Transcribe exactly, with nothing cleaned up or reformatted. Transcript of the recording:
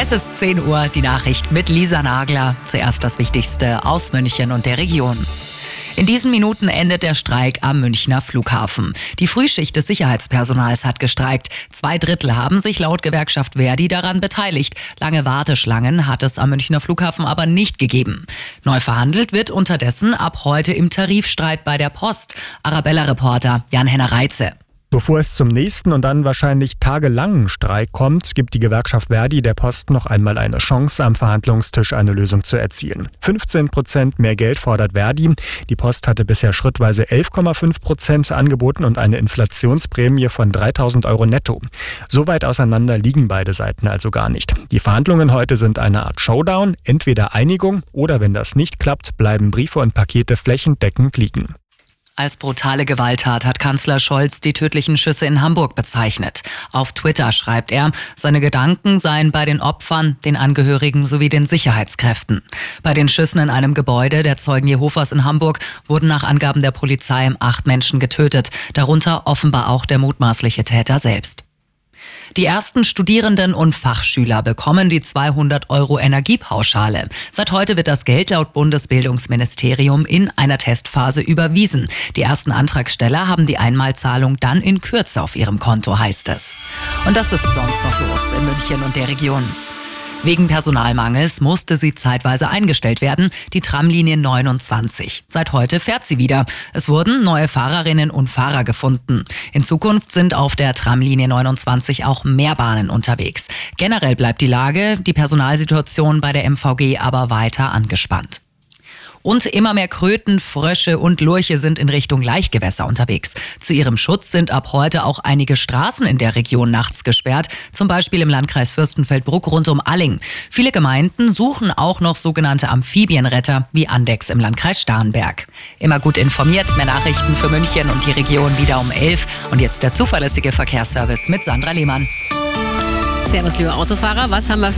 Es ist zehn Uhr, die Nachricht mit Lisa Nagler. Zuerst das Wichtigste aus München und der Region. In diesen Minuten endet der Streik am Münchner Flughafen. Die Frühschicht des Sicherheitspersonals hat gestreikt. Zwei Drittel haben sich laut Gewerkschaft Verdi daran beteiligt. Lange Warteschlangen hat es am Münchner Flughafen aber nicht gegeben. Neu verhandelt wird unterdessen ab heute im Tarifstreit bei der Post. Arabella-Reporter Jan-Henner Reitze. Bevor es zum nächsten und dann wahrscheinlich tagelangen Streik kommt, gibt die Gewerkschaft Verdi der Post noch einmal eine Chance, am Verhandlungstisch eine Lösung zu erzielen. fünfzehn Prozent mehr Geld fordert Verdi. Die Post hatte bisher schrittweise elf Komma fünf Prozent angeboten und eine Inflationsprämie von dreitausend Euro netto. So weit auseinander liegen beide Seiten also gar nicht. Die Verhandlungen heute sind eine Art Showdown, entweder Einigung oder wenn das nicht klappt, bleiben Briefe und Pakete flächendeckend liegen. Als brutale Gewalttat hat Kanzler Scholz die tödlichen Schüsse in Hamburg bezeichnet. Auf Twitter schreibt er, seine Gedanken seien bei den Opfern, den Angehörigen sowie den Sicherheitskräften. Bei den Schüssen in einem Gebäude der Zeugen Jehovas in Hamburg wurden nach Angaben der Polizei acht Menschen getötet, darunter offenbar auch der mutmaßliche Täter selbst. Die ersten Studierenden und Fachschüler bekommen die zweihundert Euro Energiepauschale. Seit heute wird das Geld laut Bundesbildungsministerium in einer Testphase überwiesen. Die ersten Antragsteller haben die Einmalzahlung dann in Kürze auf ihrem Konto, heißt es. Und das ist sonst noch los in München und der Region. Wegen Personalmangels musste sie zeitweise eingestellt werden, die Tramlinie neunundzwanzig. Seit heute fährt sie wieder. Es wurden neue Fahrerinnen und Fahrer gefunden. In Zukunft sind auf der Tramlinie neunundzwanzig auch mehr Bahnen unterwegs. Generell bleibt die Lage, die Personalsituation bei der M V G aber weiter angespannt. Und immer mehr Kröten, Frösche und Lurche sind in Richtung Laichgewässer unterwegs. Zu ihrem Schutz sind ab heute auch einige Straßen in der Region nachts gesperrt, zum Beispiel im Landkreis Fürstenfeldbruck rund um Alling. Viele Gemeinden suchen auch noch sogenannte Amphibienretter wie Andex im Landkreis Starnberg. Immer gut informiert, mehr Nachrichten für München und die Region wieder um elf. Und jetzt der zuverlässige Verkehrsservice mit Sandra Lehmann. Servus, liebe Autofahrer, was haben wir